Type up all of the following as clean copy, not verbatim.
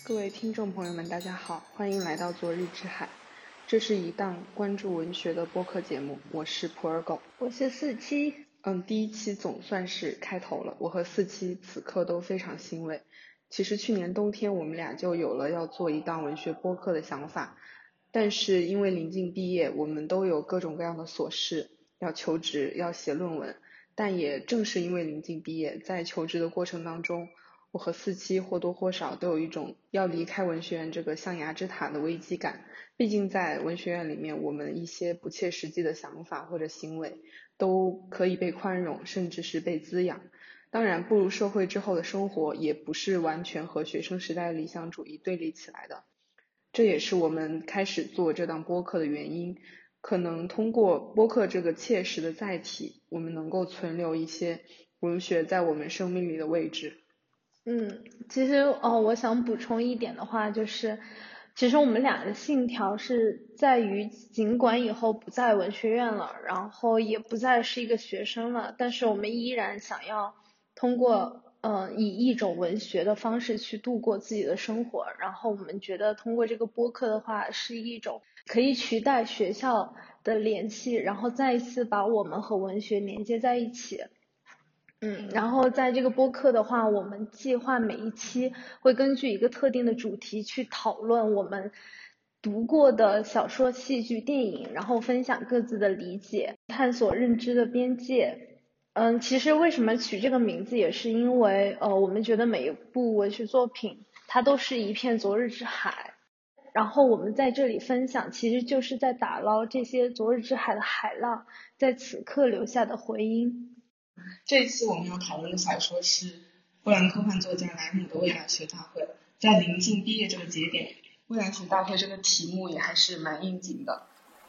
各位听众朋友们，大家好，欢迎来到昨日之海。这是一档关注文学的播客节目，我是普洱狗， 我是47。 第一期总算是开头了，我和47此刻都非常欣慰。其实去年冬天我们俩就有了要做一档文学播客的想法，但是因为临近毕业，我们都有各种各样的琐事，要求职，要写论文。但也正是因为临近毕业，在求职的过程当中，我和47或多或少都有一种要离开文学院这个象牙之塔的危机感。毕竟在文学院里面，我们一些不切实际的想法或者行为都可以被宽容，甚至是被滋养。当然，步入社会之后的生活也不是完全和学生时代的理想主义对立起来的。这也是我们开始做这档播客的原因。可能通过播客这个切实的载体，我们能够存留一些文学在我们生命里的位置。 其实我想补充一点的话，就是其实我们俩的信条是在于，尽管以后不在文学院了，然后也不再是一个学生了，但是我们依然想要通过以一种文学的方式去度过自己的生活。然后我们觉得通过这个播客的话，是一种可以取代学校的联系，然后再一次把我们和文学连接在一起。然后在这个播客的话，我们计划每一期会根据一个特定的主题去讨论我们读过的小说、戏剧、电影，然后分享各自的理解，探索认知的边界。其实为什么取这个名字，也是因为我们觉得每一部文学作品它都是一片昨日之海，然后我们在这里分享，其实就是在打捞这些昨日之海的海浪在此刻留下的回音。 这一期我们要讨论的小说是波兰科幻作家莱姆的《未来学大会》。在临近毕业这个节点，《未来学大会》这个题目也还是蛮应景的。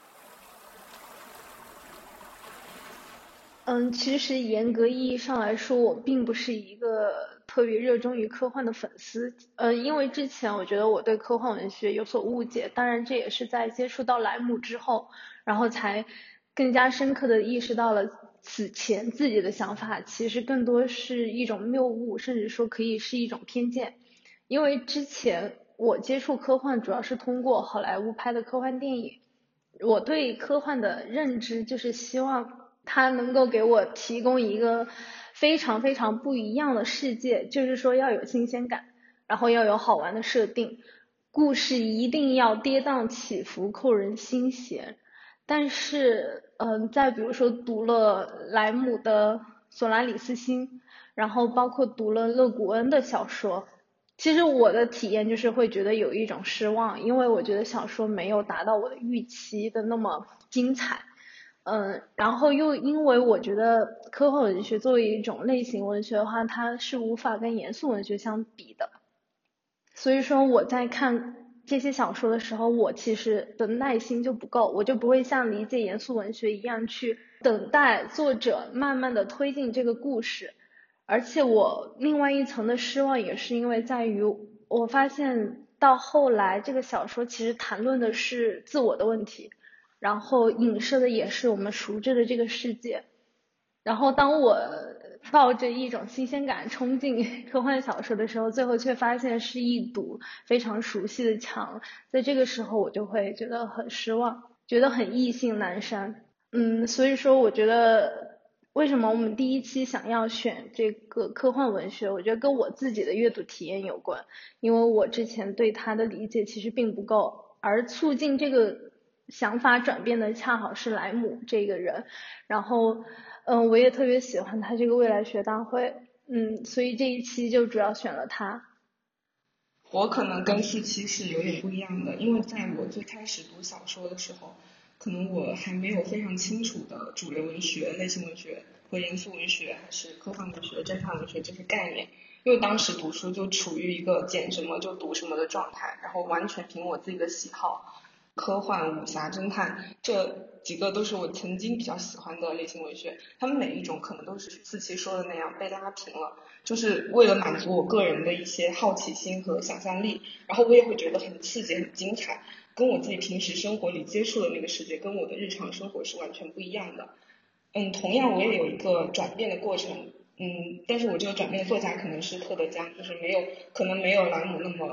其实严格意义上来说，我并不是一个特别热衷于科幻的粉丝。因为之前我觉得我对科幻文学有所误解，当然这也是在接触到莱姆之后，然后才更加深刻的意识到了此前自己的想法其实更多是一种谬误，甚至说可以是一种偏见。因为之前我接触科幻主要是通过好莱坞拍的科幻电影，我对科幻的认知就是希望它能够给我提供一个非常非常不一样的世界，就是说要有新鲜感，然后要有好玩的设定，故事一定要跌宕起伏，扣人心弦。但是再比如说读了莱姆的索拉里斯星，然后包括读了勒古恩的小说，其实我的体验就是会觉得有一种失望，因为我觉得小说没有达到我的预期的那么精彩。然后又因为我觉得科幻文学作为一种类型文学的话，它是无法跟严肃文学相比的，所以说我在看这些小说的时候，我其实的耐心就不够，我就不会像理解严肃文学一样去等待作者慢慢的推进这个故事。而且我另外一层的失望也是因为在于，我发现到后来这个小说其实谈论的是自我的问题，然后影射的也是我们熟知的这个世界。然后当我抱着一种新鲜感冲进科幻小说的时候，最后却发现是一堵非常熟悉的墙，在这个时候我就会觉得很失望，觉得很意兴阑珊。所以说我觉得为什么我们第一期想要选这个科幻文学，我觉得跟我自己的阅读体验有关，因为我之前对它的理解其实并不够，而促进这个想法转变的恰好是莱姆这个人。然后我也特别喜欢他这个未来学大会，所以这一期就主要选了他。 我可能跟47是有点不一样的，因为在我最开始读小说的时候，可能我还没有非常清楚的主流文学、类型文学和严肃文学还是科幻文学、侦探文学这些概念，因为当时读书就处于一个捡什么就读什么的状态，然后完全凭我自己的喜好。科幻、武侠、侦探这几个都是我曾经比较喜欢的类型文学，他们每一种可能都是47说的那样被拉平了，就是为了满足我个人的一些好奇心和想象力，然后我也会觉得很刺激、很精彩，跟我自己平时生活里接触的那个世界，跟我的日常生活是完全不一样的。同样我也有一个转变的过程，但是我这个转变的作家可能是特德·加，就是可能没有莱姆那么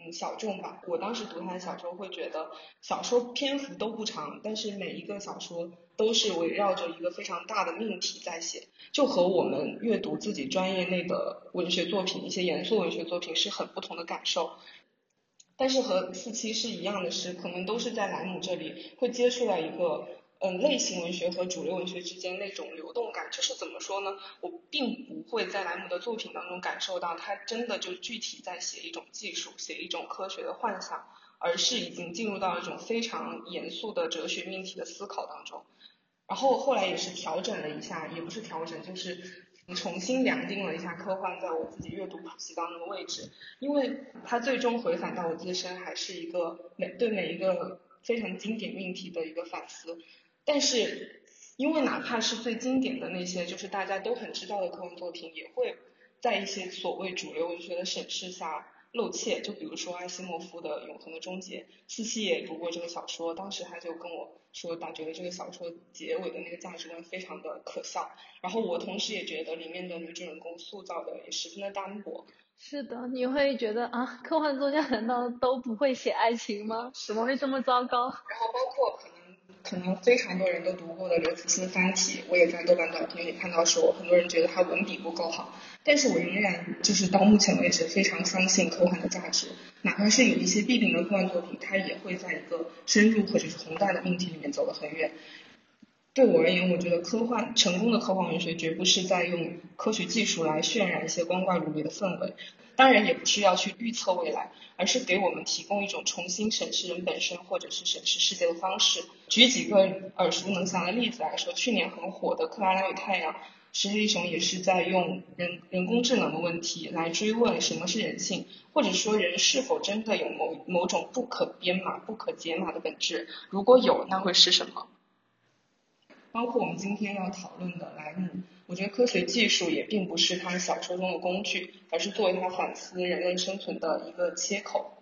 小众吧。我当时读他的小说会觉得小说篇幅都不长，但是每一个小说都是围绕着一个非常大的命题在写，就和我们阅读自己专业内的文学作品，一些严肃文学作品是很不同的感受。但是和47是一样的是，可能都是在莱姆这里会接触到一个类型文学和主流文学之间那种流动感。就是怎么说呢，我并不会在莱姆的作品当中感受到他真的就具体在写一种技术，写一种科学的幻想，而是已经进入到一种非常严肃的哲学命题的思考当中。然后后来也是调整了一下，也不是调整，就是重新量定了一下科幻在我自己阅读谱系当中的位置，因为它最终回返到我自身还是一个对每一个非常经典命题的一个反思。但是因为哪怕是最经典的那些就是大家都很知道的科幻作品，也会在一些所谓主流文学的审视下露怯。就比如说阿西莫夫的《永恒的终结》，47也读过这个小说，当时他就跟我说他觉得这个小说结尾的那个价值观非常的可笑，然后我同时也觉得里面的女主人公塑造的也十分的单薄。 是的，你会觉得啊，科幻作家难道都不会写爱情吗？怎么会这么糟糕？ 然后包括可能非常多人都读过的刘慈欣《三体》，我也在豆瓣短评里看到说很多人觉得他文笔不够好，但是我仍然就是到目前为止非常相信科幻的价值，哪怕是有一些弊病的科幻作品，它也会在一个深入或者是宏大的命题里面走得很远。对我而言，我觉得成功的科幻文学绝不是在用科学技术来渲染一些光怪陆离的氛围，当然也不是要去预测未来，而是给我们提供一种重新审视人本身或者是审视世界的方式。举几个耳熟能详的例子来说，去年很火的《克拉拉与太阳》，石黑一雄也是在用人工智能的问题来追问什么是人性，或者说人是否真的有某种不可编码、不可解码的本质，如果有，那会是什么？包括我们今天要讨论的莱姆，我觉得科学技术也并不是他小说中的工具，而是作为他反思人类生存的一个切口。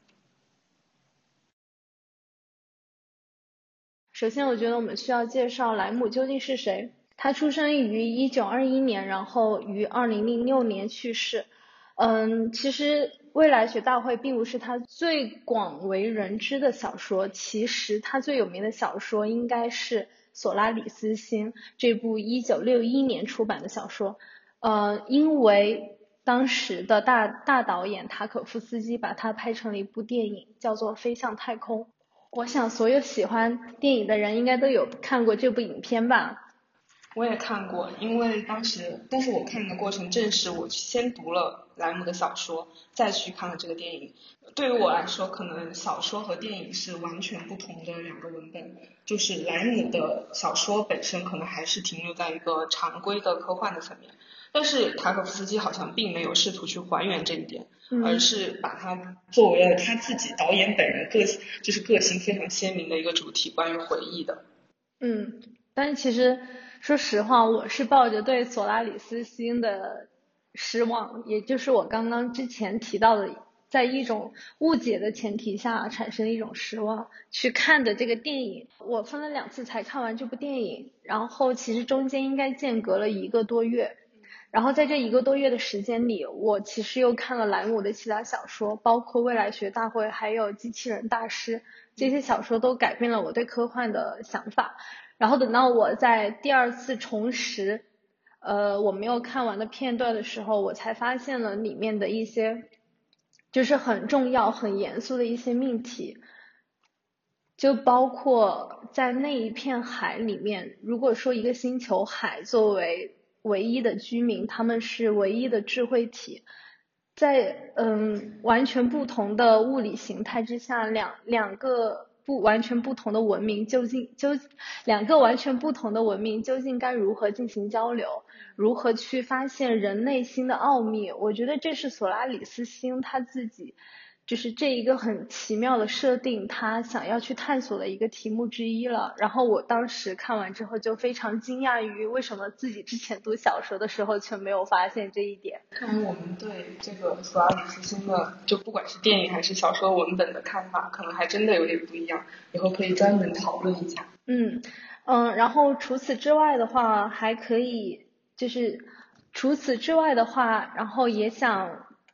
首先，我觉得我们需要介绍莱姆究竟是谁。他出生于1921年，然后于2006年去世。其实未来学大会并不是他最广为人知的小说，其实他最有名的小说应该是《索拉里斯星》这部1961年出版的小说。因为当时的大导演塔可夫斯基把它拍成了一部电影，叫做《飞向太空》。我想所有喜欢电影的人应该都有看过这部影片吧。 我也看过，因为但是我看的过程正是我先读了莱姆的小说，再去看了这个电影。对于我来说，可能小说和电影是完全不同的两个文本。就是莱姆的小说本身可能还是停留在一个常规的科幻的层面，但是塔可夫斯基好像并没有试图去还原这一点，而是把它作为了他自己导演本人就是个性非常鲜明的一个主题，关于回忆的。 但是其实说实话，我是抱着对索拉里斯星的失望，也就是我刚刚之前提到的，在一种误解的前提下产生的一种失望去看的这个电影。我分了2次才看完这部电影，然后其实中间应该间隔了1个多月。然后在这1个多月的时间里，我其实又看了莱姆的其他小说，包括《未来学大会》还有《机器人大师》，这些小说都改变了我对科幻的想法。然后等到我在第2次重拾我没有看完的片段的时候，我才发现了里面的一些就是很重要很严肃的一些命题，就包括在那一片海里面，如果说一个星球海作为唯一的居民，他们是唯一的智慧体，在完全不同的物理形态之下，两个完全不同的文明两个完全不同的文明究竟该如何进行交流，如何去发现人内心的奥秘？我觉得这是索拉里斯星他自己就是这一个很奇妙的设定，他想要去探索的一个题目之一了。然后我当时看完之后就非常惊讶于为什么自己之前读小说的时候却没有发现这一点。 看来我们对这个索拉里斯星的，就不管是电影还是小说文本的看法，可能还真的有点不一样，以后可以专门讨论一下。 然后除此之外的话，还可以就是除此之外的话，然后也想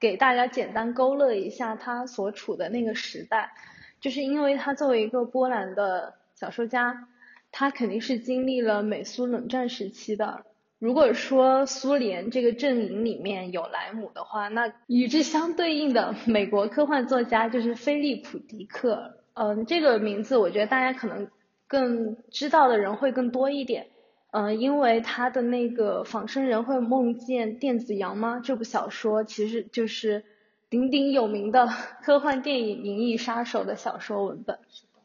给大家简单勾勒一下他所处的那个时代，就是因为他作为一个波兰的小说家，他肯定是经历了美苏冷战时期的。如果说苏联这个阵营里面有莱姆的话，那与之相对应的美国科幻作家就是菲利普·迪克。这个名字我觉得大家可能更知道的人会更多一点。因为他的那个仿生人会梦见电子羊吗？这部小说其实就是鼎鼎有名的科幻电影《银翼杀手》的小说文本。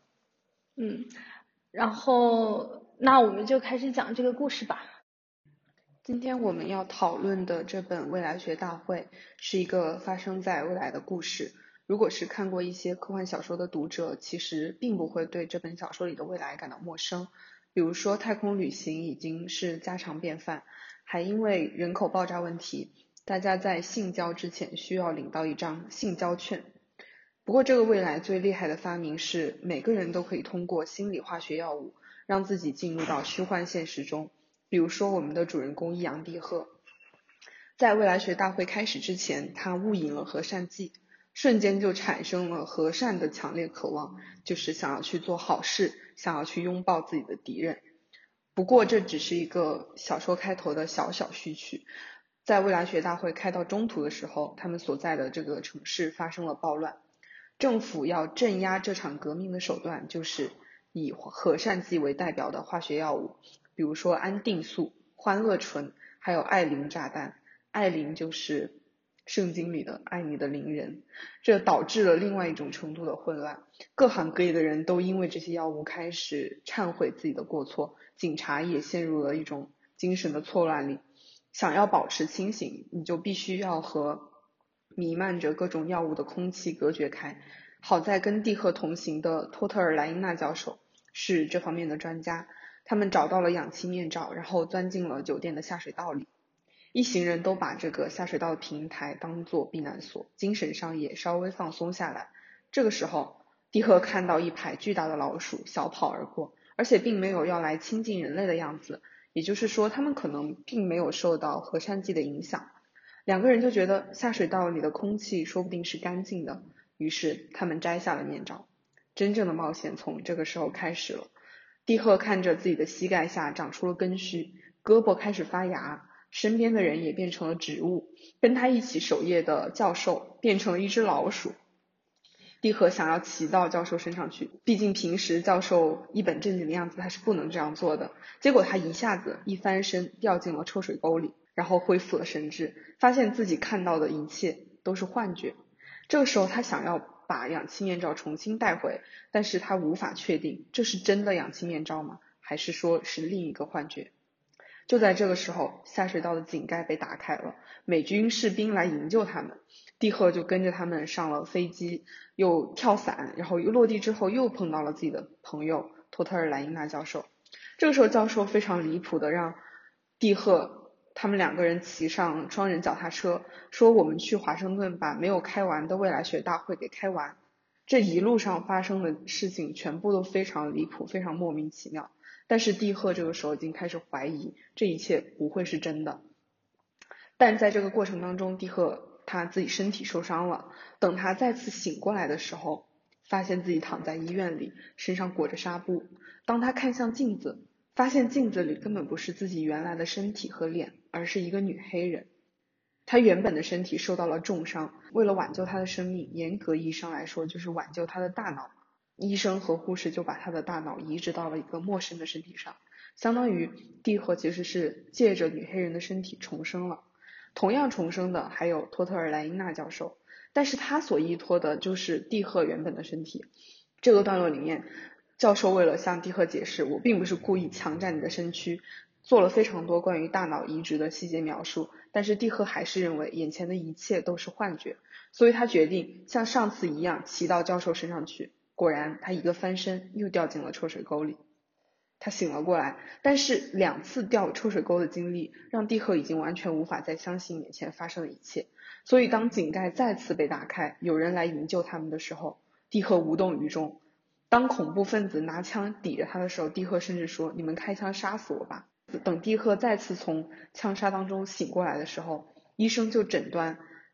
然后那我们就开始讲这个故事吧。 今天我们要讨论的这本未来学大会是一个发生在未来的故事。如果是看过一些科幻小说的读者，其实并不会对这本小说里的未来感到陌生。比如说太空旅行已经是家常便饭，还因为人口爆炸问题，大家在性交之前需要领到一张性交券。不过这个未来最厉害的发明是每个人都可以通过心理化学药物让自己进入到虚幻现实中。比如说我们的主人公易烊地赫，在未来学大会开始之前，他误饮了和善剂，瞬间就产生了和善的强烈渴望，就是想要去做好事，想要去拥抱自己的敌人。不过这只是一个小说开头的小小序曲，在未来学大会开到中途的时候，他们所在的这个城市发生了暴乱，政府要镇压这场革命的手段就是以和善剂为代表的化学药物，比如说安定素、欢乐醇，还有艾琳炸弹。艾琳就是圣经里的爱你的邻人，这导致了另外一种程度的混乱。各行各业的人都因为这些药物开始忏悔自己的过错，警察也陷入了一种精神的错乱里。想要保持清醒，你就必须要和弥漫着各种药物的空气隔绝开。好在跟蒂赫同行的托特尔莱因娜教授是这方面的专家，他们找到了氧气面罩，然后钻进了酒店的下水道里。一行人都把这个下水道的平台当作避难所，精神上也稍微放松下来。这个时候，蒂赫看到一排巨大的老鼠小跑而过，而且并没有要来亲近人类的样子，也就是说，他们可能并没有受到和善剂的影响。两个人就觉得下水道里的空气说不定是干净的，于是他们摘下了面罩。真正的冒险从这个时候开始了。蒂赫看着自己的膝盖下长出了根须，胳膊开始发芽，身边的人也变成了植物，跟他一起守夜的教授变成了一只老鼠。蒂赫想要骑到教授身上去，毕竟平时教授一本正经的样子他是不能这样做的。结果他一下子一翻身掉进了臭水沟里，然后恢复了神智，发现自己看到的一切都是幻觉。这个时候他想要把氧气面罩重新带回，但是他无法确定这是真的氧气面罩吗？还是说是另一个幻觉？就在这个时候，下水道的井盖被打开了，美军士兵来营救他们。蒂赫就跟着他们上了飞机，又跳伞，然后又落地之后又碰到了自己的朋友托特尔莱因娜教授。这个时候教授非常离谱的让蒂赫他们两个人骑上双人脚踏车，说我们去华盛顿把没有开完的未来学大会给开完。这一路上发生的事情全部都非常离谱，非常莫名其妙。但是蒂赫这个时候已经开始怀疑这一切不会是真的。但在这个过程当中，蒂赫他自己身体受伤了，等他再次醒过来的时候，发现自己躺在医院里，身上裹着纱布。当他看向镜子，发现镜子里根本不是自己原来的身体和脸，而是一个女黑人。他原本的身体受到了重伤，为了挽救他的生命，严格意义上来说就是挽救他的大脑。医生和护士就把他的大脑移植到了一个陌生的身体上，相当于蒂赫其实是借着女黑人的身体重生了。同样重生的还有托特尔莱因娜教授，但是他所依托的就是蒂赫原本的身体。这个段落里面，教授为了向蒂赫解释我并不是故意强占你的身躯，做了非常多关于大脑移植的细节描述，但是蒂赫还是认为眼前的一切都是幻觉，所以他决定像上次一样骑到教授身上去。果然他一个翻身又掉进了臭水沟里。他醒了过来，但是2次掉臭水沟的经历让蒂赫已经完全无法再相信眼前发生的一切，所以当井盖再次被打开，有人来营救他们的时候，蒂赫无动于衷。当恐怖分子拿枪抵着他的时候，蒂赫甚至说你们开枪杀死我吧。等蒂赫再次从枪杀当中醒过来的时候，医生就诊断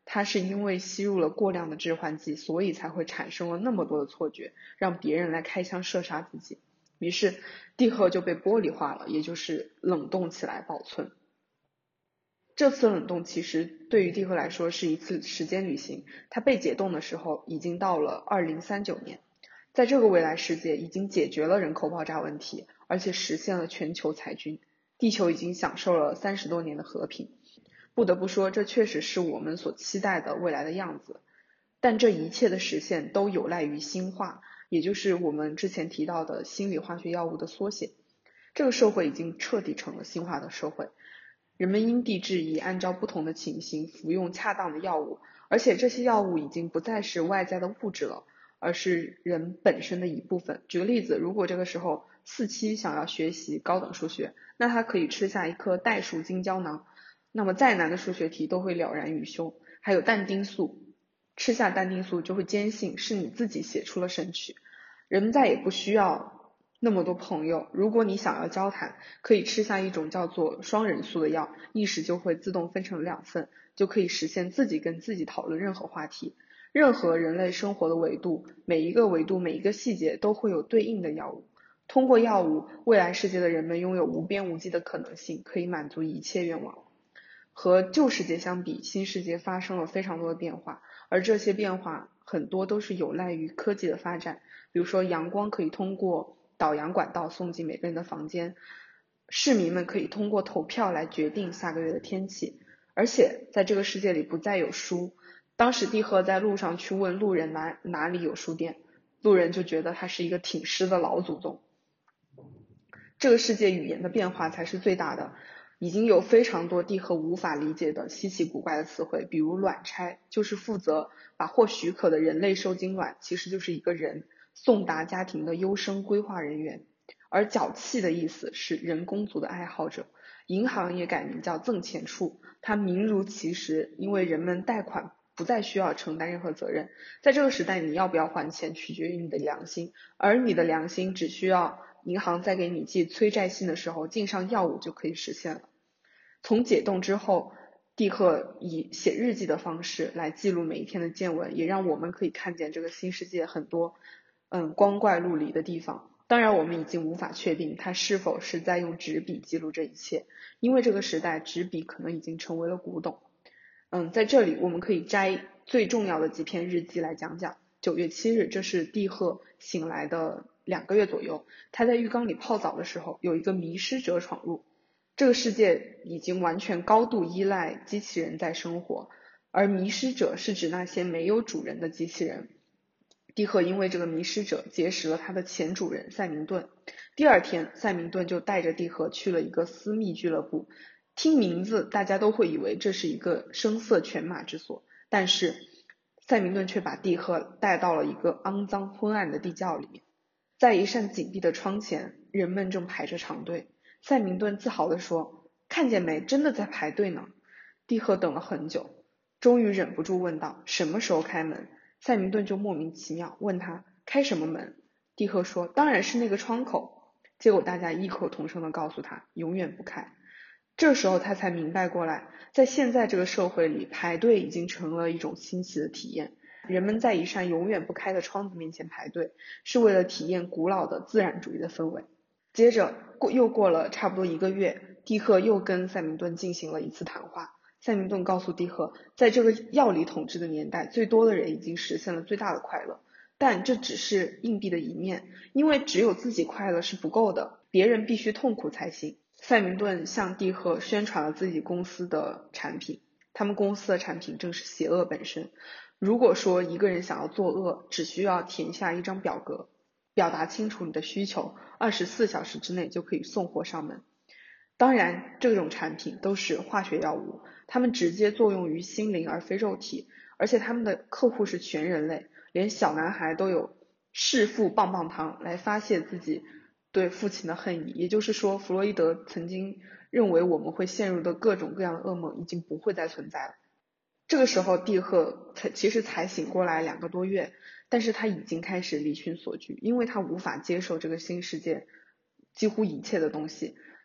它是因为吸入了过量的致幻剂，所以才会产生了那么多的错觉，让别人来开枪射杀自己。于是地核就被玻璃化了，也就是冷冻起来保存。这次冷冻其实对于地核来说是一次时间旅行，它被解冻的时候已经到了2039年，在这个未来世界已经解决了人口爆炸问题，而且实现了全球裁军，地球已经享受了30多年的和平。不得不说，这确实是我们所期待的未来的样子，但这一切的实现都有赖于心化，也就是我们之前提到的心理化学药物的缩写。这个社会已经彻底成了心化的社会，人们因地制宜，按照不同的情形服用恰当的药物，而且这些药物已经不再是外在的物质了，而是人本身的一部分。举个例子，如果这个时候4期想要学习高等数学，那他可以吃下一颗代数金胶囊，那么再难的数学题都会了然于胸。还有但丁素，吃下但丁素就会坚信是你自己写出了神曲。人们再也不需要那么多朋友，如果你想要交谈，可以吃下一种叫做双人素的药，意识就会自动分成2份，就可以实现自己跟自己讨论任何话题。任何人类生活的维度，每一个维度每一个细节都会有对应的药物。通过药物，未来世界的人们拥有无边无际的可能性，可以满足一切愿望。和旧世界相比，新世界发生了非常多的变化，而这些变化很多都是有赖于科技的发展。比如说阳光可以通过导阳管道送进每个人的房间，市民们可以通过投票来决定下个月的天气，而且在这个世界里不再有书。当时地核在路上去问路人哪里有书店，路人就觉得他是一个挺尸的老祖宗。这个世界语言的变化才是最大的，已经有非常多地核无法理解的稀奇古怪的词汇，比如卵差，就是负责把获许可的人类受精卵，其实就是一个人送达家庭的优生规划人员。而脚气的意思是人工族的爱好者，银行也改名叫赠钱处，它名如其实，因为人们贷款不再需要承担任何责任。在这个时代，你要不要还钱取决于你的良心，而你的良心只需要银行在给你寄催债信的时候进上药物就可以实现了。从解冻之后，地核以写日记的方式来记录每一天的见闻，也让我们可以看见这个新世界很多光怪陆离的地方。当然我们已经无法确定它是否是在用纸笔记录这一切，因为这个时代纸笔可能已经成为了古董。在这里我们可以摘最重要的几篇日记来讲讲。9月7日，这是地核醒来的2个月左右，他在浴缸里泡澡的时候，有一个迷失者闯入。这个世界已经完全高度依赖机器人在生活，而迷失者是指那些没有主人的机器人。地核因为这个迷失者结识了他的前主人塞明顿。第二天，塞明顿就带着地核去了一个私密俱乐部。听名字大家都会以为这是一个声色犬马之所，但是塞明顿却把地核带到了一个肮脏昏暗的地窖里面。在一扇紧闭的窗前，人们正排着长队。塞明顿自豪地说，看见没，真的在排队呢。地核等了很久，终于忍不住问道，什么时候开门？塞明顿就莫名其妙，问他开什么门？地核说，当然是那个窗口。结果大家异口同声地告诉他，永远不开。这时候他才明白过来，在现在这个社会里，排队已经成了一种新奇的体验。人们在一扇永远不开的窗子面前排队，是为了体验古老的自然主义的氛围。接着又过了差不多1个月，地核又跟塞明顿进行了一次谈话。塞明顿告诉地核，在这个药理统治的年代，最多的人已经实现了最大的快乐，但这只是硬币的一面，因为只有自己快乐是不够的，别人必须痛苦才行。塞明顿向地核宣传了自己公司的产品，他们公司的产品正是邪恶本身。如果说一个人想要作恶，只需要填下一张表格，表达清楚你的需求，24小时之内就可以送货上门。当然，这种产品都是化学药物，它们直接作用于心灵而非肉体，而且他们的客户是全人类，连小男孩都有弑父棒棒糖来发泄自己对父亲的恨意。也就是说，弗洛伊德曾经认为我们会陷入的各种各样的噩梦已经不会再存在了。这个时候地核其实才醒过来2个多月，但是他已经开始离群索居，因为他无法接受这个新世界几乎一切的东西。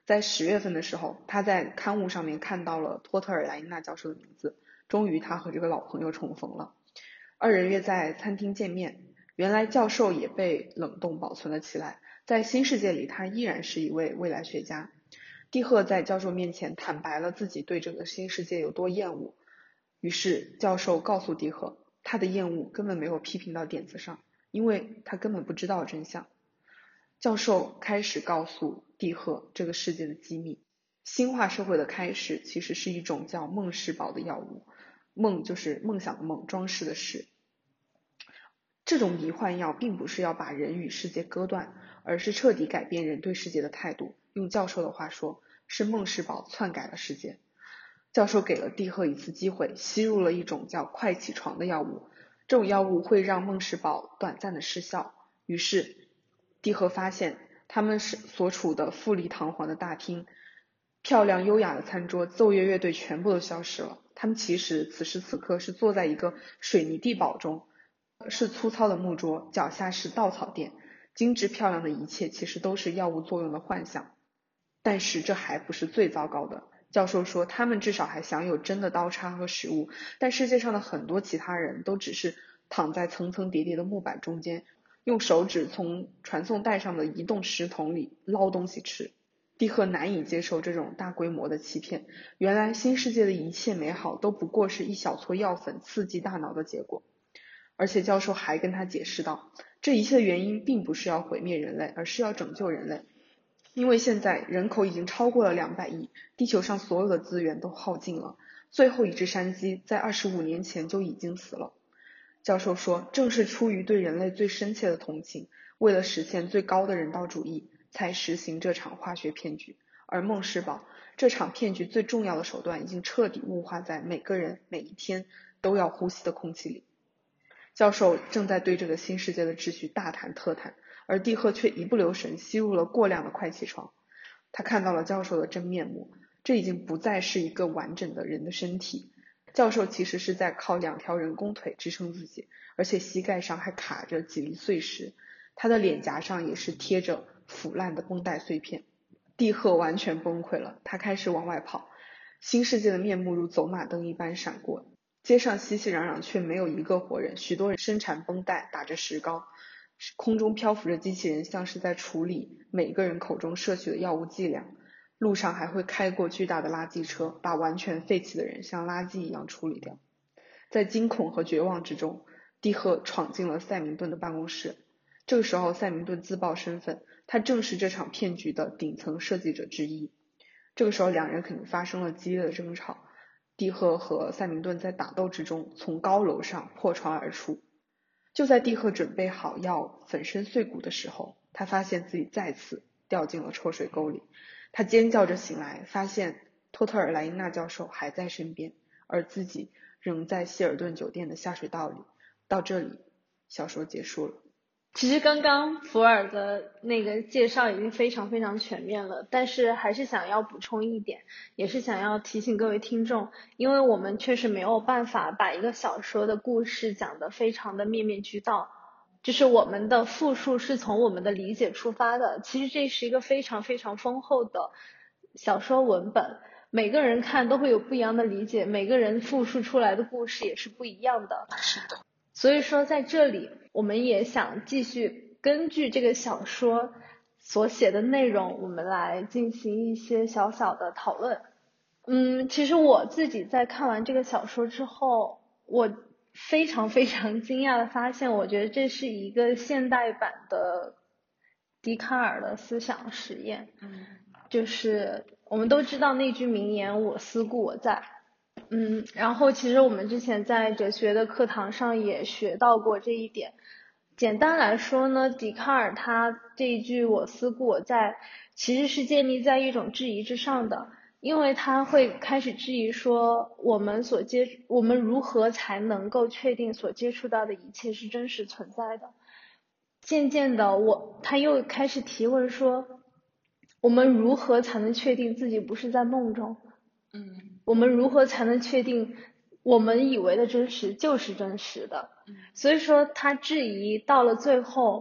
在10月份的时候，他在刊物上面看到了托特尔莱因娜教授的名字，终于他和这个老朋友重逢了。二人约在餐厅见面，原来教授也被冷冻保存了起来，在新世界里他依然是一位未来学家。蒂赫在教授面前坦白了自己对这个新世界有多厌恶，于是教授告诉蒂赫，他的厌恶根本没有批评到点子上，因为他根本不知道真相。教授开始告诉蒂赫这个世界的机密，新化社会的开始其实是一种叫梦氏宝的药物，梦就是梦想的梦，装饰的饰。这种迷幻药并不是要把人与世界割断，而是彻底改变人对世界的态度。用教授的话说，是梦氏宝篡改了世界。教授给了蒂赫一次机会，吸入了一种叫快起床的药物，这种药物会让梦氏宝短暂的失效。于是蒂赫发现他们所处的富丽堂皇的大厅，漂亮优雅的餐桌，奏乐乐队全部都消失了。他们其实此时此刻是坐在一个水泥地堡中，是粗糙的木桌，脚下是稻草垫，精致漂亮的一切其实都是药物作用的幻想。但是这还不是最糟糕的。教授说他们至少还享有真的刀叉和食物，但世界上的很多其他人都只是躺在层层叠叠的木板中间，用手指从传送带上的移动石桶里捞东西吃。蒂赫难以接受这种大规模的欺骗，原来新世界的一切美好都不过是一小撮药粉刺激大脑的结果。而且教授还跟他解释道，这一切的原因并不是要毁灭人类，而是要拯救人类。因为现在人口已经超过了200亿，地球上所有的资源都耗尽了，最后一只山鸡在25年前就已经死了。教授说，正是出于对人类最深切的同情，为了实现最高的人道主义，才实行这场化学骗局。而梦氏宝这场骗局最重要的手段已经彻底雾化在每个人每一天都要呼吸的空气里。教授正在对这个新世界的秩序大谈特谈，而蒂赫却一不留神吸入了过量的快起床。他看到了教授的真面目，这已经不再是一个完整的人的身体。教授其实是在靠2条人工腿支撑自己，而且膝盖上还卡着几粒碎石，他的脸颊上也是贴着腐烂的绷带碎片。蒂赫完全崩溃了，他开始往外跑，新世界的面目如走马灯一般闪过，街上熙熙攘攘却没有一个活人，许多人身缠绷带，打着石膏，空中漂浮着机器人，像是在处理每个人口中摄取的药物剂量。路上还会开过巨大的垃圾车，把完全废弃的人像垃圾一样处理掉。在惊恐和绝望之中，蒂赫闯进了塞明顿的办公室。这个时候塞明顿自曝身份，他正是这场骗局的顶层设计者之一。这个时候两人肯定发生了激烈的争吵，蒂赫和塞明顿在打斗之中从高楼上破窗而出。就在蒂赫准备好要粉身碎骨的时候，他发现自己再次掉进了臭水沟里。他尖叫着醒来，发现托特尔莱因娜教授还在身边，而自己仍在希尔顿酒店的下水道里。到这里，小说结束了。 其实刚刚福尔的那个介绍已经非常非常全面了，但是还是想要补充一点，也是想要提醒各位听众，因为我们确实没有办法把一个小说的故事讲得非常的面面俱到，就是我们的复述是从我们的理解出发的，其实这是一个非常非常丰厚的小说文本，每个人看都会有不一样的理解，每个人复述出来的故事也是不一样的。 是的。 所以说在这里我们也想继续根据这个小说所写的内容，我们来进行一些小小的讨论。其实我自己在看完这个小说之后，我非常非常惊讶的发现，我觉得这是一个现代版的笛卡尔的思想实验。就是我们都知道那句名言，我思故我在。然后其实我们之前在哲学的课堂上也学到过这一点。简单来说呢，笛卡尔他这一句我思故我在其实是建立在一种质疑之上的，因为他会开始质疑说我们如何才能够确定所接触到的一切是真实存在的。渐渐的他又开始提问说，我们如何才能确定自己不是在梦中？我们如何才能确定我们以为的真实就是真实的？所以说他质疑到了最后，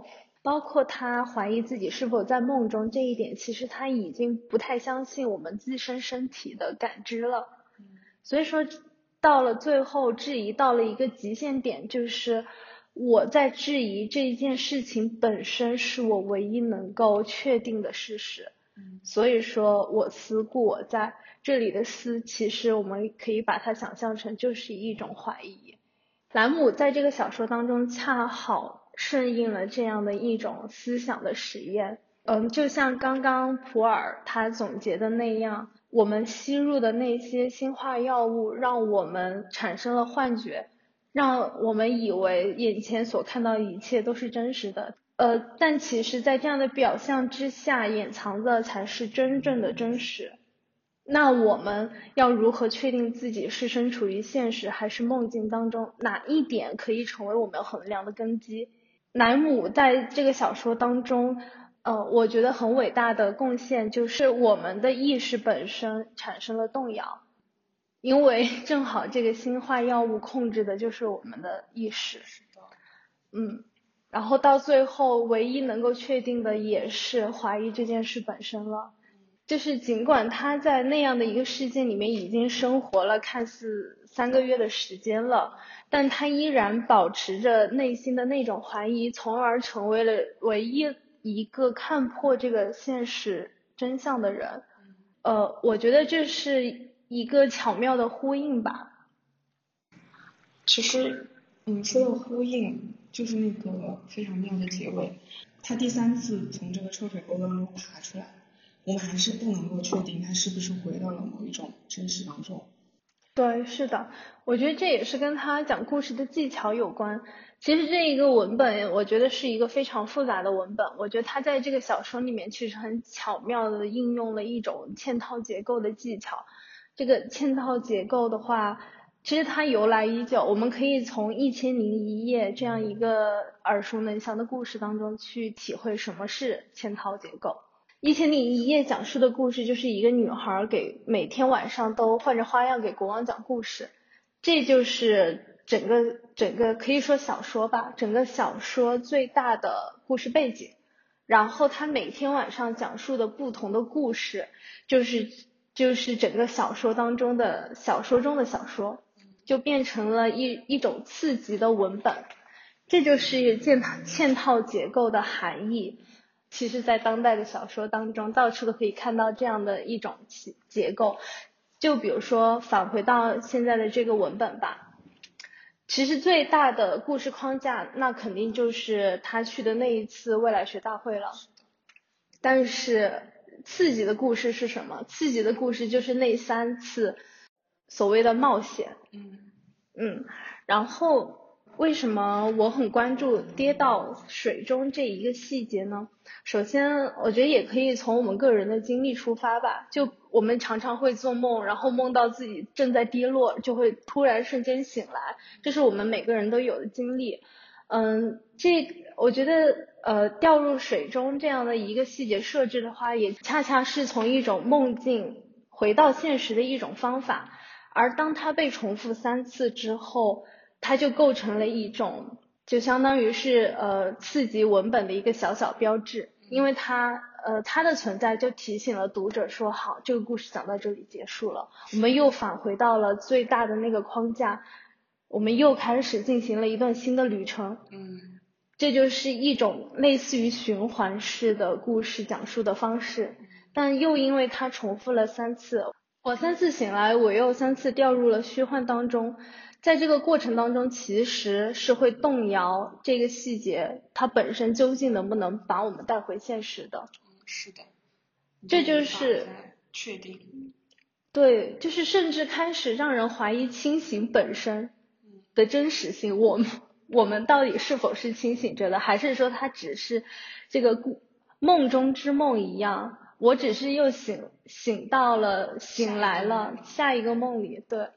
包括他怀疑自己是否在梦中这一点，其实他已经不太相信我们自身身体的感知了。所以说到了最后，质疑到了一个极限点，就是我在质疑这件事情本身是我唯一能够确定的事实。所以说我思故我在，这里的思其实我们可以把它想象成就是一种怀疑。兰姆在这个小说当中恰好顺应了这样的一种思想的实验。就像刚刚普洱他总结的那样，我们吸入的那些新化药物让我们产生了幻觉，让我们以为眼前所看到的一切都是真实的。但其实在这样的表象之下，掩藏的才是真正的真实。那我们要如何确定自己是身处于现实还是梦境当中？哪一点可以成为我们衡量的根基？莱姆在这个小说当中，我觉得很伟大的贡献就是我们的意识本身产生了动摇，因为正好这个新化药物控制的就是我们的意识。然后到最后，唯一能够确定的也是怀疑这件事本身了。就是尽管他在那样的一个世界里面已经生活了看似3个月的时间了，但他依然保持着内心的那种怀疑，从而成为了唯一一个看破这个现实真相的人。我觉得这是一个巧妙的呼应吧。 其实，说到呼应，就是那个非常妙的结尾。他第3次从这个臭水沟当中爬出来，我们还是不能够确定他是不是回到了某一种真实当中。 对，是的，我觉得这也是跟他讲故事的技巧有关。其实这一个文本，我觉得是一个非常复杂的文本。我觉得他在这个小说里面其实很巧妙的应用了一种嵌套结构的技巧。这个嵌套结构的话，其实它由来已久，我们可以从《1001夜》这样一个耳熟能详的故事当中去体会什么是嵌套结构。1001夜讲述的故事就是一个女孩每天晚上都换着花样给国王讲故事，这就是整个可以说小说吧，整个小说最大的故事背景。然后她每天晚上讲述的不同的故事，就是整个小说当中的小说中的小说，就变成了一种次级的文本。这就是嵌套结构的含义。其实在当代的小说当中，到处都可以看到这样的一种结构。就比如说返回到现在的这个文本吧，其实最大的故事框架，那肯定就是他去的那一次未来学大会了。但是刺激的故事是什么？刺激的故事就是那3次所谓的冒险。然后为什么我很关注跌到水中这一个细节呢？首先我觉得也可以从我们个人的经历出发吧，就我们常常会做梦，然后梦到自己正在跌落，就会突然瞬间醒来，这是我们每个人都有的经历。我觉得掉入水中这样的一个细节设置的话，也恰恰是从一种梦境回到现实的一种方法。而当它被重复3次之后，它就构成了一种，就相当于是刺激文本的一个小小标志，因为它的存在就提醒了读者说，好，这个故事讲到这里结束了，我们又返回到了最大的那个框架，我们又开始进行了一段新的旅程。这就是一种类似于循环式的故事讲述的方式，但又因为它重复了3次，我3次醒来，我又3次掉入了虚幻当中。在这个过程当中，其实是会动摇这个细节它本身究竟能不能把我们带回现实的。 是的， 这就是确定。 对，就是甚至开始让人怀疑清醒本身的真实性。我们到底是否是清醒着的，还是说它只是这个梦中之梦一样，我只是又醒来了下一个梦里。对，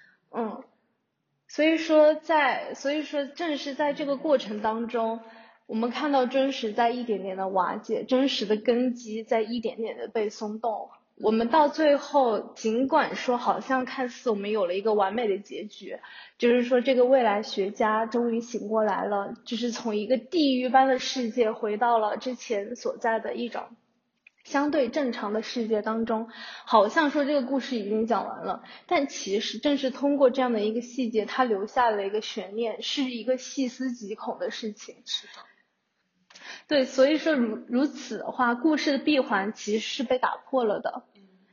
所以说正是在这个过程当中，我们看到真实在一点点的瓦解，真实的根基在一点点的被松动。 我们到最后，尽管说好像看似我们有了一个完美的结局，就是说这个未来学家终于醒过来了，就是从一个地狱般的世界回到了之前所在的一种相对正常的世界当中，好像说这个故事已经讲完了，但其实正是通过这样的一个细节，它留下了一个悬念，是一个细思极恐的事情。 是的。 对，所以说如此的话，故事的闭环其实是被打破了的。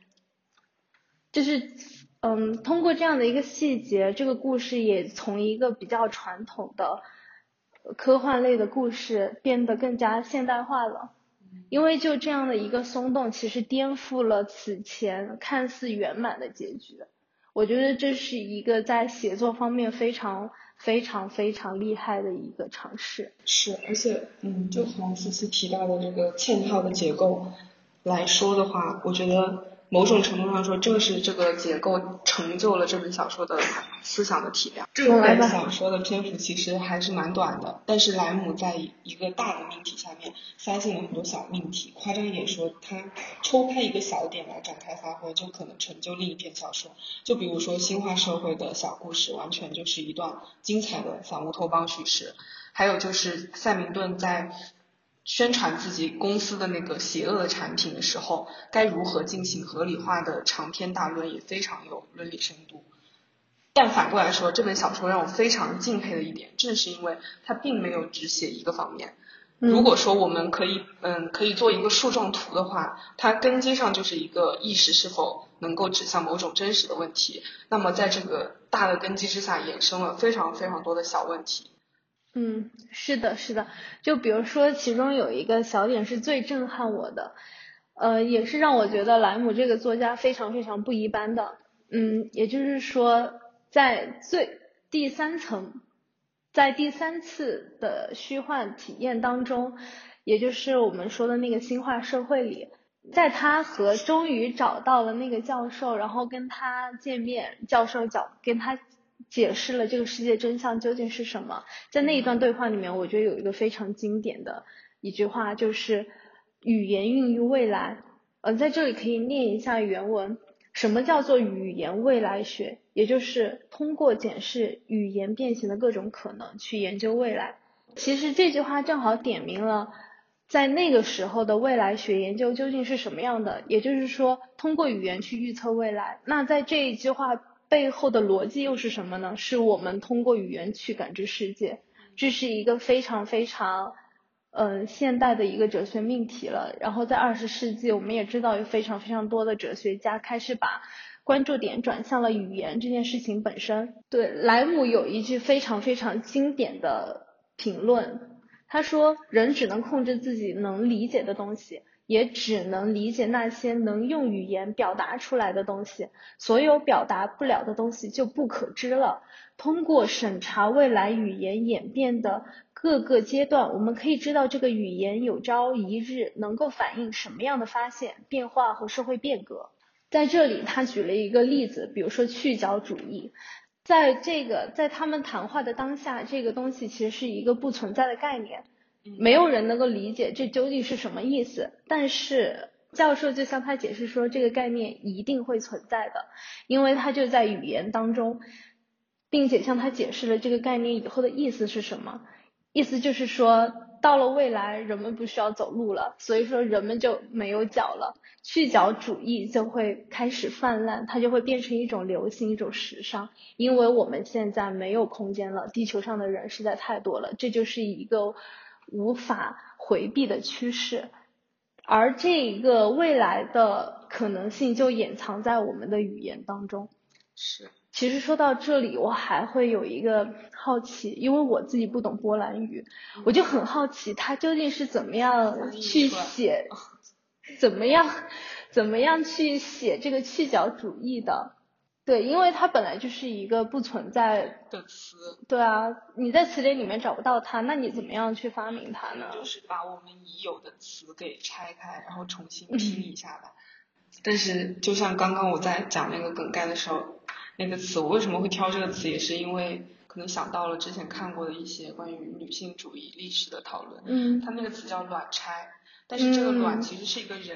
就是通过这样的一个细节，这个故事也从一个比较传统的科幻类的故事变得更加现代化了。因为就这样的一个松动，其实颠覆了此前看似圆满的结局。我觉得这是一个在写作方面非常非常非常厉害的一个尝试。 是，而且就从思思提到的这个嵌套的结构来说的话，我觉得某种程度上说，正是这个结构成就了这本小说的思想的体量。这本小说的篇幅其实还是蛮短的，但是莱姆在一个大的命题下面塞进了很多小命题。夸张一点说，他抽开一个小点来展开发挥，就可能成就另一篇小说。就比如说新化社会的小故事，完全就是一段精彩的反乌托邦叙事。还有就是塞明顿在宣传自己公司的那个邪恶的产品的时候，该如何进行合理化的长篇大论也非常有伦理深度。但反过来说，这本小说让我非常敬佩的一点，正是因为它并没有只写一个方面。如果说我们可以做一个树状图的话，它根基上就是一个意识是否能够指向某种真实的问题，那么在这个大的根基之下衍生了非常非常多的小问题。 是的，是的。就比如说，其中有一个小点是最震撼我的，也是让我觉得莱姆这个作家非常非常不一般的。也就是说，在第三层，在第三次的虚幻体验当中，也就是我们说的那个新化社会里，在他终于找到了那个教授，然后跟他见面，教授跟他解释了这个世界真相究竟是什么。在那一段对话里面，我觉得有一个非常经典的一句话，就是语言孕育未来。在这里可以念一下原文。什么叫做语言未来学？也就是通过检视语言变形的各种可能去研究未来。其实这句话正好点明了在那个时候的未来学研究究竟是什么样的，也就是说通过语言去预测未来。那在这一句话背后的逻辑又是什么呢？是我们通过语言去感知世界。这是一个非常非常现代的一个哲学命题了。然后在20世纪，我们也知道有非常非常多的哲学家开始把关注点转向了语言这件事情本身。对，莱姆有一句非常非常经典的评论，他说人只能控制自己能理解的东西，也只能理解那些能用语言表达出来的东西，所有表达不了的东西就不可知了。通过审查未来语言演变的各个阶段，我们可以知道这个语言有朝一日能够反映什么样的发现、变化和社会变革。在这里他举了一个例子，比如说去角主义。在他们谈话的当下，这个东西其实是一个不存在的概念，没有人能够理解这究竟是什么意思。但是教授就向他解释说，这个概念一定会存在的，因为它就在语言当中，并且向他解释了这个概念以后的意思是什么。意思就是说，到了未来人们不需要走路了，所以说人们就没有脚了，去脚主义就会开始泛滥，它就会变成一种流行，一种时尚。因为我们现在没有空间了，地球上的人实在太多了，这就是一个无法回避的趋势。而这一个未来的可能性就掩藏在我们的语言当中。 是。 其实说到这里，我还会有一个好奇，因为我自己不懂波兰语，我就很好奇他究竟是怎么样去写，怎么样去写这个去角主义的。对，因为它本来就是一个不存在的词。 对啊，你在词典里面找不到它，那你怎么样去发明它呢？ 就是把我们已有的词给拆开，然后重新拼一下吧。但是就像刚刚我在讲那个梗概的时候，那个词我为什么会挑这个词，也是因为可能想到了之前看过的一些关于女性主义历史的讨论。它那个词叫卵拆，但是这个卵其实是一个人。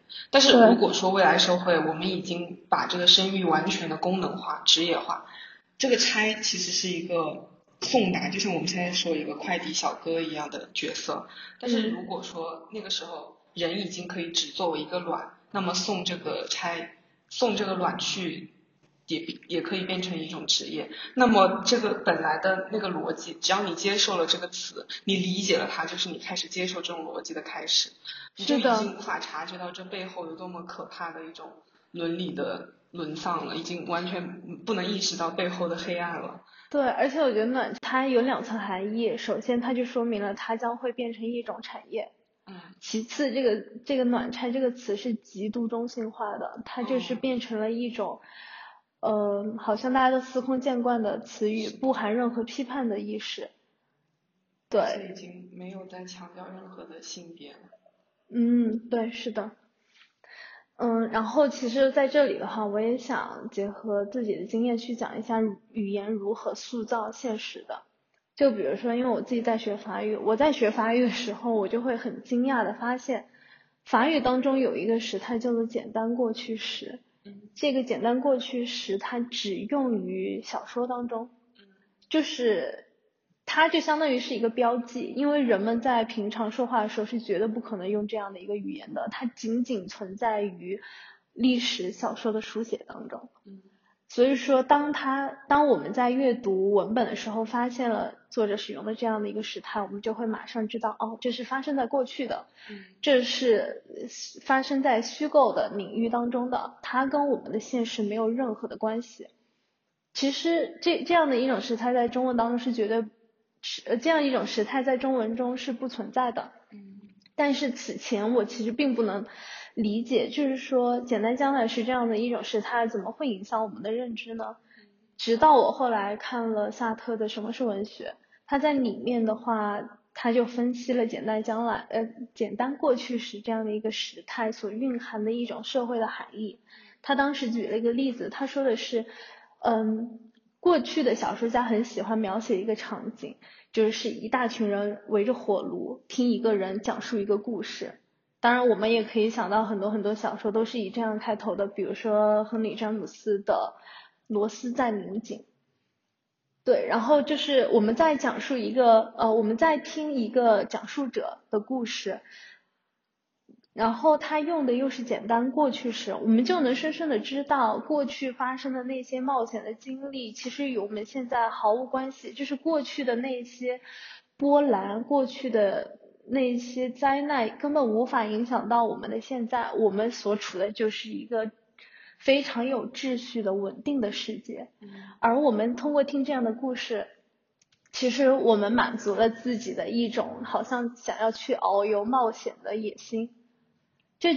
但是如果说未来社会我们已经把这个生育完全的功能化、职业化，这个差其实是一个送达，就像我们现在说一个快递小哥一样的角色。但是如果说那个时候人已经可以只作为一个卵，那么送这个卵去也可以变成一种职业。那么这个本来的那个逻辑，只要你接受了这个词，你理解了它，就是你开始接受这种逻辑的开始。你就已经无法察觉到这背后有多么可怕的一种伦理的沦丧了，已经完全不能意识到背后的黑暗了。 对，而且我觉得暖差有2层含义。首先，它就说明了它将会变成一种产业。其次，这个暖差这个词是极度中性化的，它就是变成了一种，好像大家都司空见惯的词语，不含任何批判的意识。对， 已经没有再强调任何的性别了。 对，是的。然后其实在这里的话，我也想结合自己的经验去讲一下语言如何塑造现实的。就比如说，因为我自己在学法语，我在学法语的时候，我就会很惊讶的发现，法语当中有一个时态叫做简单过去时。这个简单过去时它只用于小说当中，就是它就相当于是一个标记，因为人们在平常说话的时候是绝对不可能用这样的一个语言的，它仅仅存在于历史小说的书写当中。所以说当我们在阅读文本的时候发现了作者使用的这样的一个时态，我们就会马上知道，这是发生在过去的，这是发生在虚构的领域当中的，它跟我们的现实没有任何的关系。其实这样的一种时态在中文当中是绝对这样一种时态在中文中是不存在的。但是此前我其实并不能理解，就是说简单将来时这样的一种时态怎么会影响我们的认知呢？直到我后来看了萨特的《什么是文学》，他在里面的话他就分析了简单过去时这样的一个时态所蕴含的一种社会的含义。他当时举了一个例子，他说的是过去的小说家很喜欢描写一个场景，就是一大群人围着火炉听一个人讲述一个故事。当然我们也可以想到很多很多小说都是以这样开头的，比如说亨利詹姆斯的罗斯在拧紧。对，然后就是我们在我们在听一个讲述者的故事，然后他用的又是简单过去时，我们就能深深的知道过去发生的那些冒险的经历其实与我们现在毫无关系，就是过去的那些波澜，过去的那些灾难根本无法影响到我们的现在，我们所处的就是一个非常有秩序的稳定的世界。而我们通过听这样的故事，其实我们满足了自己的一种好像想要去遨游冒险的野心。这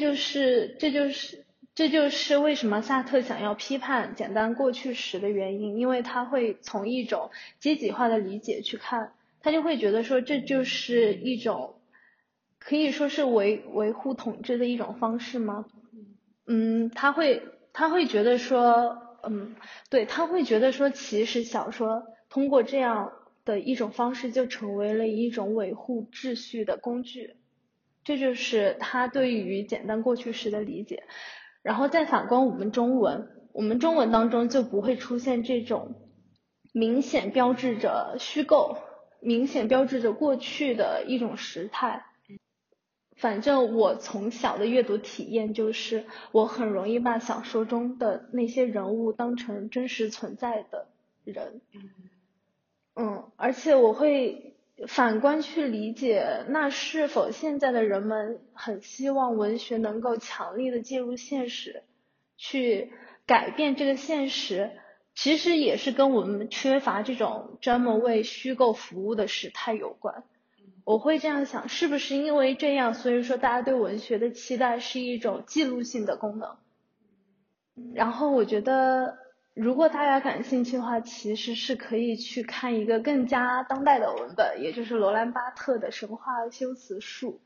就是为什么萨特想要批判简单过去时的原因，因为他会从一种阶级化的理解去看，他就会觉得说这就是一种可以说是维护统治的一种方式吗？他会觉得说，对，他会觉得说其实小说通过这样的一种方式就成为了一种维护秩序的工具。这就是他对于简单过去时的理解。然后再反观我们中文当中就不会出现这种明显标志着虚构、明显标志着过去的一种时态。反正我从小的阅读体验就是，我很容易把小说中的那些人物当成真实存在的人。而且我会反观去理解，那是否现在的人们很希望文学能够强力的介入现实，去改变这个现实，其实也是跟我们缺乏这种专门为虚构服务的时态有关。我会这样想，是不是因为这样，所以说大家对文学的期待是一种记录性的功能？然后我觉得如果大家感兴趣的话，其实是可以去看一个更加当代的文本，也就是罗兰巴特的《神话修辞术》。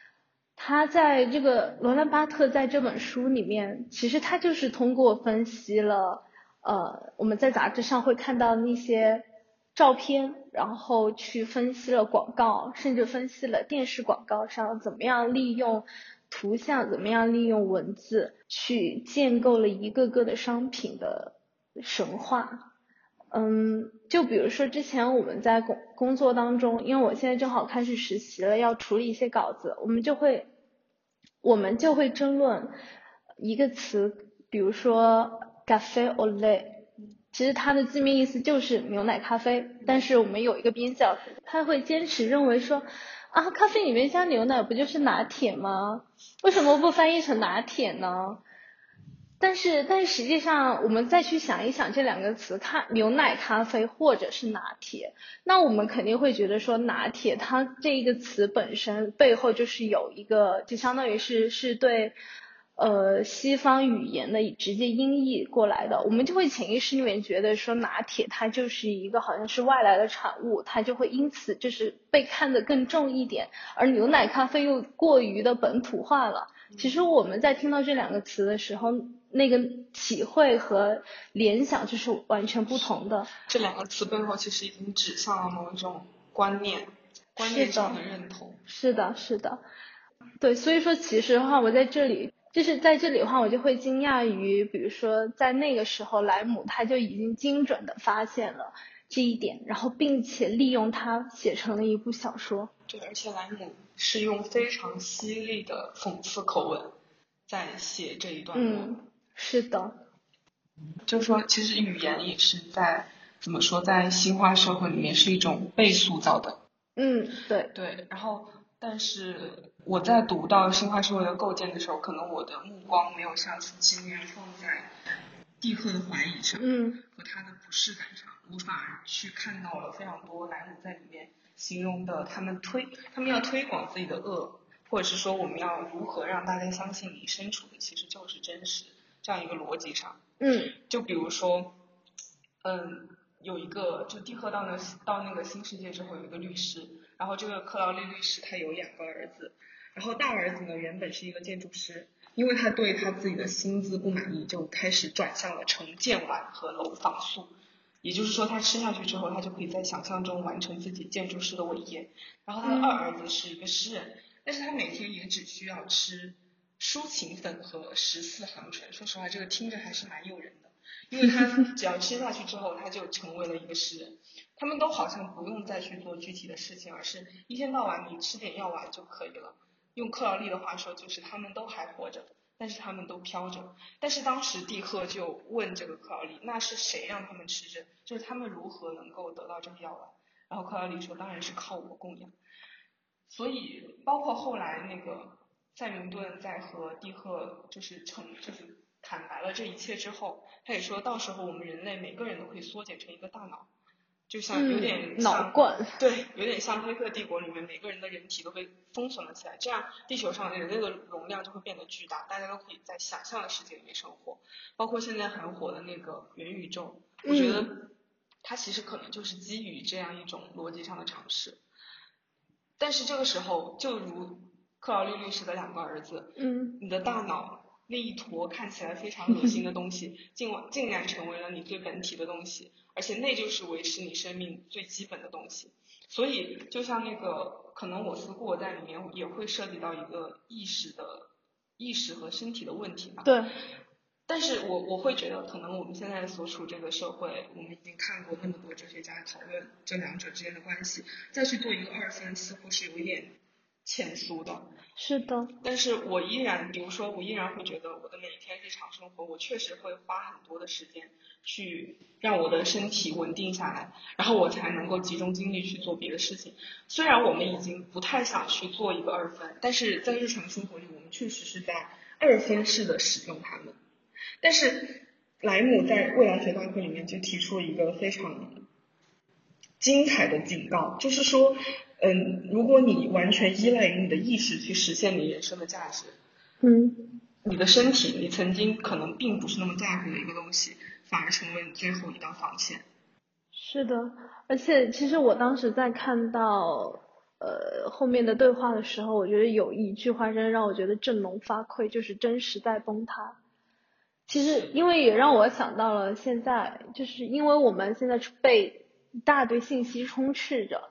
罗兰巴特在这本书里面，其实他就是通过分析了我们在杂志上会看到那些照片，然后去分析了广告，甚至分析了电视广告上怎么样利用图像怎么样利用文字去建构了一个个的商品的神话。就比如说之前我们在工作当中，因为我现在正好开始实习了，要处理一些稿子，我们就会争论一个词，比如说 café au lait， 其实它的字面意思就是牛奶咖啡，但是我们有一个编辑他会坚持认为说啊，咖啡里面加牛奶不就是拿铁吗？为什么不翻译成拿铁呢？但是实际上我们再去想一想这两个词，牛奶咖啡或者是拿铁，那我们肯定会觉得说拿铁它这一个词本身背后就是有一个，就相当于是对西方语言的直接音译过来的，我们就会潜意识里面觉得说拿铁它就是一个好像是外来的产物，它就会因此就是被看得更重一点，而牛奶咖啡又过于的本土化了。其实我们在听到这两个词的时候，那个体会和联想就是完全不同的。 这两个词背后其实已经指向了某一种观念上的认同。 是的，是的。对，所以说其实的话，我在这里的话，我就会惊讶于，比如说在那个时候，莱姆他就已经精准的发现了这一点，然后并且利用它写成了一部小说。 对，而且莱姆是用非常犀利的讽刺口吻在写这一段落。 是的。 就说其实语言也是在怎么说，在西化社会里面是一种被塑造的。 对。 然后但是我在读到西化社会的构建的时候，可能我的目光没有像苏七那样放在蒂赫的怀疑上，和他的不适感上，我反而去看到了非常多莱姆在里面形容的他们要推广自己的恶，或者是说我们要如何让大家相信你身处的其实就是真实，这样一个逻辑上。就比如说有一个就蒂赫到那个新世界之后有一个律师，然后这个克劳利律师他有2个儿子，然后大儿子呢原本是一个建筑师，因为他对他自己的薪资不满意，就开始转向了承建完和楼房素，也就是说他吃下去之后，他就可以在想象中完成自己建筑师的伟业。然后他的2儿子是一个诗人，但是他每天也只需要吃抒情粉和14行醇，说实话这个听着还是蛮诱人的，因为他只要吃下去之后他就成为了一个诗人。他们都好像不用再去做具体的事情，而是一天到晚你吃点药丸就可以了。用克劳利的话说，就是他们都还活着，但是他们都飘着。但是当时蒂赫就问这个克劳利，那是谁让他们吃着，就是他们如何能够得到这个药丸？然后克劳利说，当然是靠我供养。所以包括后来那个塞明顿在和蒂赫就是坦白了这一切之后，他也说到时候我们人类每个人都可以缩减成一个大脑，就像有点像脑罐， 对，有点像黑客帝国里面每个人的人体都被封存了起来，这样地球上人类的容量就会变得巨大，大家都可以在想象的世界里面生活。包括现在很火的那个元宇宙，我觉得它其实可能就是基于这样一种逻辑上的尝试。但是这个时候，就如克劳利律师的2个儿子，你的大脑那一坨看起来非常恶心的东西，竟然成为了你最本体的东西，而且那就是维持你生命最基本的东西。所以就像那个可能我思故我在里面也会涉及到一个意识和身体的问题吧。 对。 但是我会觉得可能我们现在所处这个社会，我们已经看过那么多哲学家讨论这两者之间的关系，再去做一个2分似乎是有一点浅俗的。 是的。 但是我依然会觉得我的每一天日常生活，我确实会花很多的时间去让我的身体稳定下来，然后我才能够集中精力去做别的事情。虽然我们已经不太想去做一个2分，但是在日常生活里我们确实是在2分式的使用它们。但是莱姆在未来学大课里面就提出了一个非常精彩的警告，就是说如果你完全依赖于你的意识去实现你人生的价值，你的身体你曾经可能并不是那么在乎的一个东西，反而成为你最后一道防线。 是的，而且其实我当时在看到后面的对话的时候，我觉得有一句话真的让我觉得振聋发聩，就是真实在崩塌。其实因为也让我想到了现在，就是因为我们现在被一大堆信息充斥着，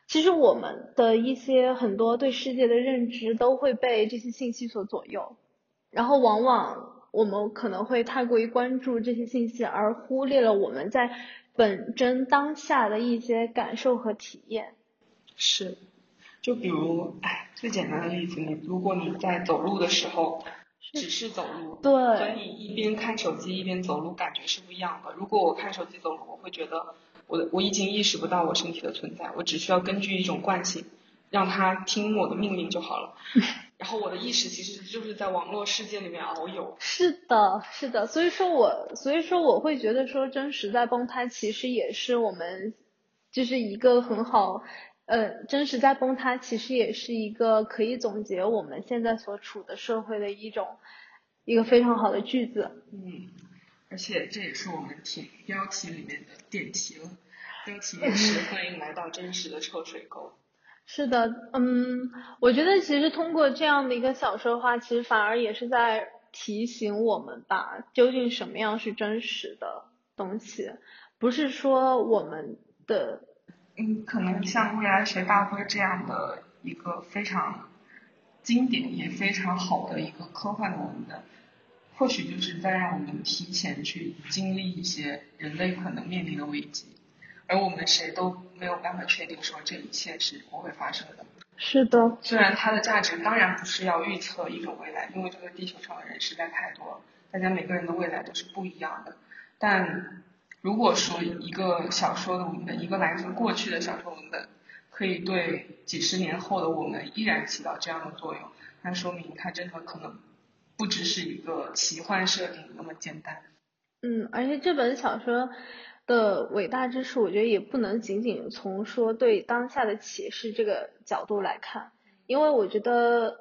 其实我们的一些很多对世界的认知都会被这些信息所左右，然后往往我们可能会太过于关注这些信息，而忽略了我们在本真当下的一些感受和体验。 是，就比如，最简单的例子，如果你在走路的时候，只是走路， 对， 和你一边看手机一边走路，感觉是不一样的。如果我看手机走路，我会觉得我已经意识不到我身体的存在，我只需要根据一种惯性，让它听我的命令就好了。然后我的意识其实就是在网络世界里面遨游。 是的，是的，所以说我会觉得说真实在崩塌其实也是我们就是一个很好，真实在崩塌其实也是一个可以总结我们现在所处的社会的一个非常好的句子。 而且这也是我们标题里面的点题了，标题也是欢迎来到真实的臭水沟。 是的，我觉得其实通过这样的一个小说的话，其实反而也是在提醒我们吧，究竟什么样是真实的东西，不是说我们的， 可能像未来谁大辉这样的一个非常经典也非常好的一个科幻的文本，或许就是在让我们提前去经历一些人类可能面临的危机，而我们谁都没有办法确定说这一切是不会发生的。 是的， 虽然它的价值当然不是要预测一种未来，因为这个地球上的人实在太多了，大家每个人的未来都是不一样的。但如果说一个小说的文本，一个来自过去的小说文本，可以对几十年后的我们依然起到这样的作用，那说明它真的可能不只是一个奇幻设定那么简单。 而且这本小说的伟大之处，我觉得也不能仅仅从说对当下的启示这个角度来看，因为我觉得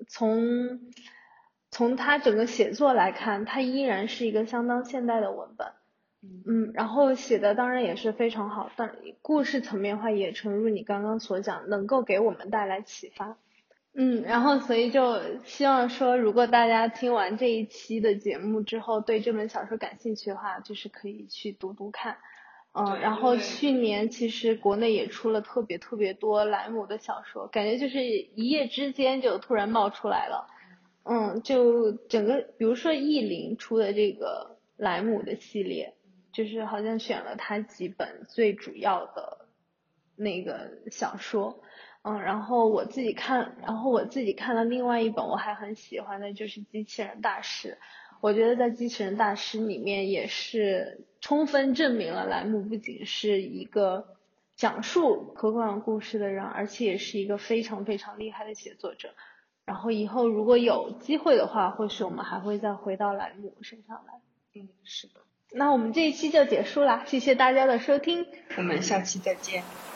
从他整个写作来看，它依然是一个相当现代的文本。然后写的当然也是非常好，但故事层面的话，也诚如你刚刚所讲，能够给我们带来启发。然后所以就希望说，如果大家听完这一期的节目之后，对这本小说感兴趣的话，就是可以去读读看。然后去年其实国内也出了特别特别多莱姆的小说，感觉就是一夜之间就突然冒出来了。就整个比如说译林出的这个莱姆的系列，就是好像选了他几本最主要的那个小说。然后我自己看了另外一本我还很喜欢的就是机器人大师。我觉得在机器人大师里面也是充分证明了莱姆不仅是一个讲述科幻故事的人，而且也是一个非常非常厉害的写作者。然后以后如果有机会的话，或许我们还会再回到莱姆身上来。 是的。 那我们这一期就结束啦，谢谢大家的收听， 我们下期再见。